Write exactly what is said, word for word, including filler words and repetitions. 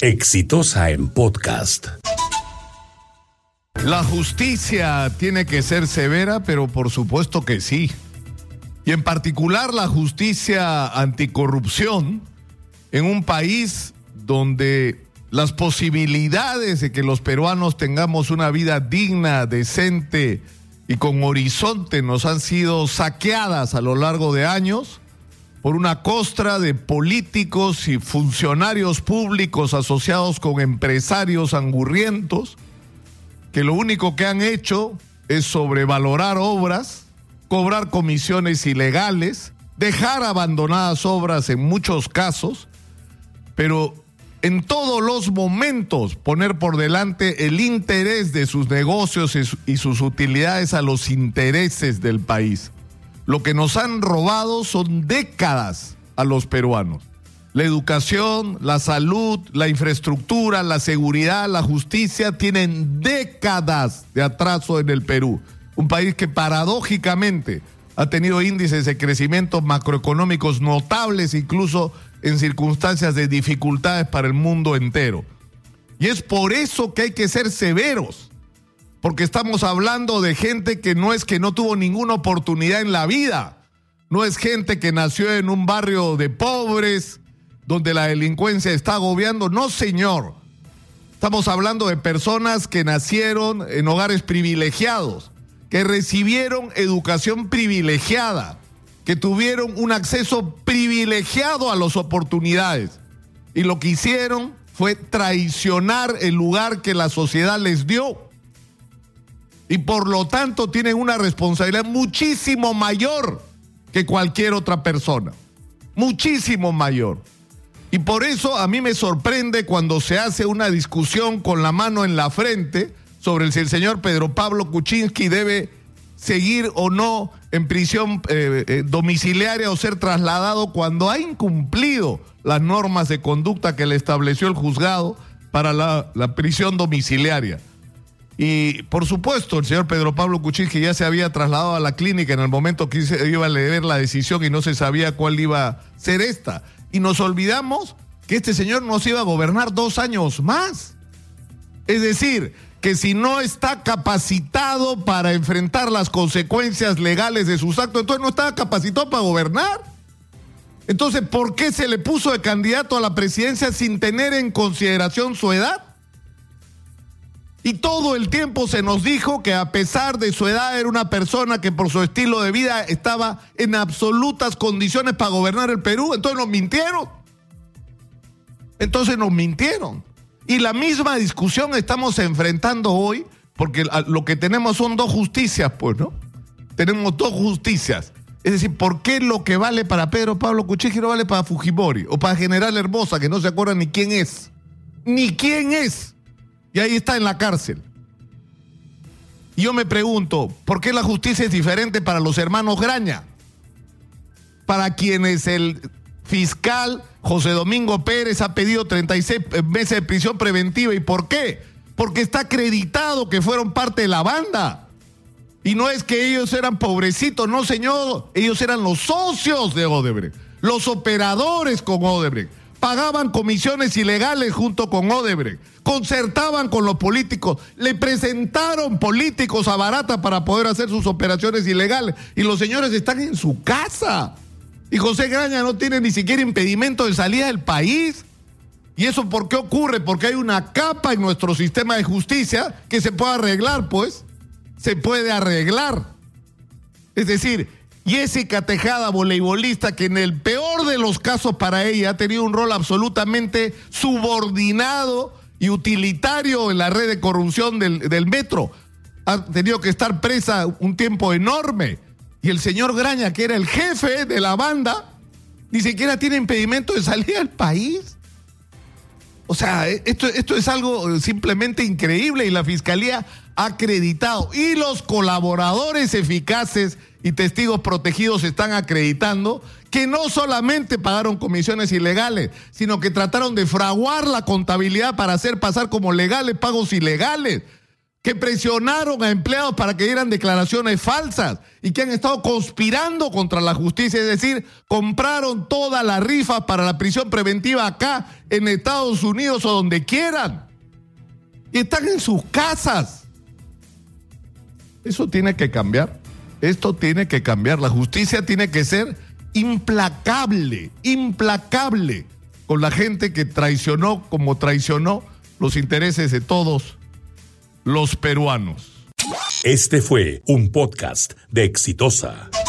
Exitosa en podcast. La justicia tiene que ser severa, pero por supuesto que sí. Y en particular la justicia anticorrupción en un país donde las posibilidades de que los peruanos tengamos una vida digna, decente y con horizonte nos han sido saqueadas a lo largo de años por una costra de políticos y funcionarios públicos asociados con empresarios angurrientos que lo único que han hecho es sobrevalorar obras, cobrar comisiones ilegales, dejar abandonadas obras en muchos casos, pero en todos los momentos poner por delante el interés de sus negocios y sus utilidades a los intereses del país. Lo que nos han robado son décadas a los peruanos. La educación, la salud, la infraestructura, la seguridad, la justicia tienen décadas de atraso en el Perú. Un país que paradójicamente ha tenido índices de crecimiento macroeconómicos notables, incluso en circunstancias de dificultades para el mundo entero. Y es por eso que hay que ser severos, porque estamos hablando de gente que no es que no tuvo ninguna oportunidad en la vida, no es gente que nació en un barrio de pobres, donde la delincuencia está agobiando, no señor. Estamos hablando de personas que nacieron en hogares privilegiados, que recibieron educación privilegiada, que tuvieron un acceso privilegiado a las oportunidades. Y lo que hicieron fue traicionar el lugar que la sociedad les dio. Y por lo tanto tienen una responsabilidad muchísimo mayor que cualquier otra persona. Muchísimo mayor. Y por eso a mí me sorprende cuando se hace una discusión con la mano en la frente sobre si el señor Pedro Pablo Kuczynski debe seguir o no en prisión eh, eh, domiciliaria o ser trasladado cuando ha incumplido las normas de conducta que le estableció el juzgado para la, la prisión domiciliaria. Y por supuesto el señor Pedro Pablo Kuczynski ya se había trasladado a la clínica en el momento que se iba a leer la decisión y no se sabía cuál iba a ser esta. Y nos olvidamos que este señor nos iba a gobernar dos años más. Es decir, que si no está capacitado para enfrentar las consecuencias legales de sus actos, entonces no estaba capacitado para gobernar. Entonces, ¿por qué se le puso de candidato a la presidencia sin tener en consideración su edad? Y todo el tiempo se nos dijo que a pesar de su edad era una persona que por su estilo de vida estaba en absolutas condiciones para gobernar el Perú. Entonces nos mintieron. Entonces nos mintieron. Y la misma discusión estamos enfrentando hoy, porque lo que tenemos son dos justicias, pues, ¿no? Tenemos dos justicias. Es decir, ¿por qué lo que vale para Pedro Pablo Kuczynski no vale para Fujimori? O para General Hermosa, que no se acuerda ni quién es. Ni quién es. Y ahí está en la cárcel. Y yo me pregunto, ¿por qué la justicia es diferente para los hermanos Graña? Para quienes el fiscal José Domingo Pérez ha pedido treinta y seis meses de prisión preventiva. ¿Y por qué? Porque está acreditado que fueron parte de la banda. Y no es que ellos eran pobrecitos, no señor, ellos eran los socios de Odebrecht, los operadores con Odebrecht. Pagaban comisiones ilegales junto con Odebrecht, concertaban con los políticos, le presentaron políticos a barata para poder hacer sus operaciones ilegales y los señores están en su casa. Y José Graña no tiene ni siquiera impedimento de salida del país. ¿Y eso por qué ocurre? Porque hay una capa en nuestro sistema de justicia que se puede arreglar, pues. Se puede arreglar. Es decir, Jessica Tejada, voleibolista, que en el peor de los casos para ella ha tenido un rol absolutamente subordinado y utilitario en la red de corrupción del, del metro. Ha tenido que estar presa un tiempo enorme. Y el señor Graña, que era el jefe de la banda, ni siquiera tiene impedimento de salir al país. O sea, esto, esto es algo simplemente increíble y la Fiscalía ha acreditado. Y los colaboradores eficaces y testigos protegidos están acreditando que no solamente pagaron comisiones ilegales, sino que trataron de fraguar la contabilidad para hacer pasar como legales pagos ilegales. que presionaron a empleados para que dieran declaraciones falsas y que han estado conspirando contra la justicia, es decir, compraron todas las rifas para la prisión preventiva acá en Estados Unidos o donde quieran. Y están en sus casas. Eso tiene que cambiar. Esto tiene que cambiar. La justicia tiene que ser implacable, implacable con la gente que traicionó como traicionó los intereses de todos los peruanos. Este fue un podcast de Exitosa.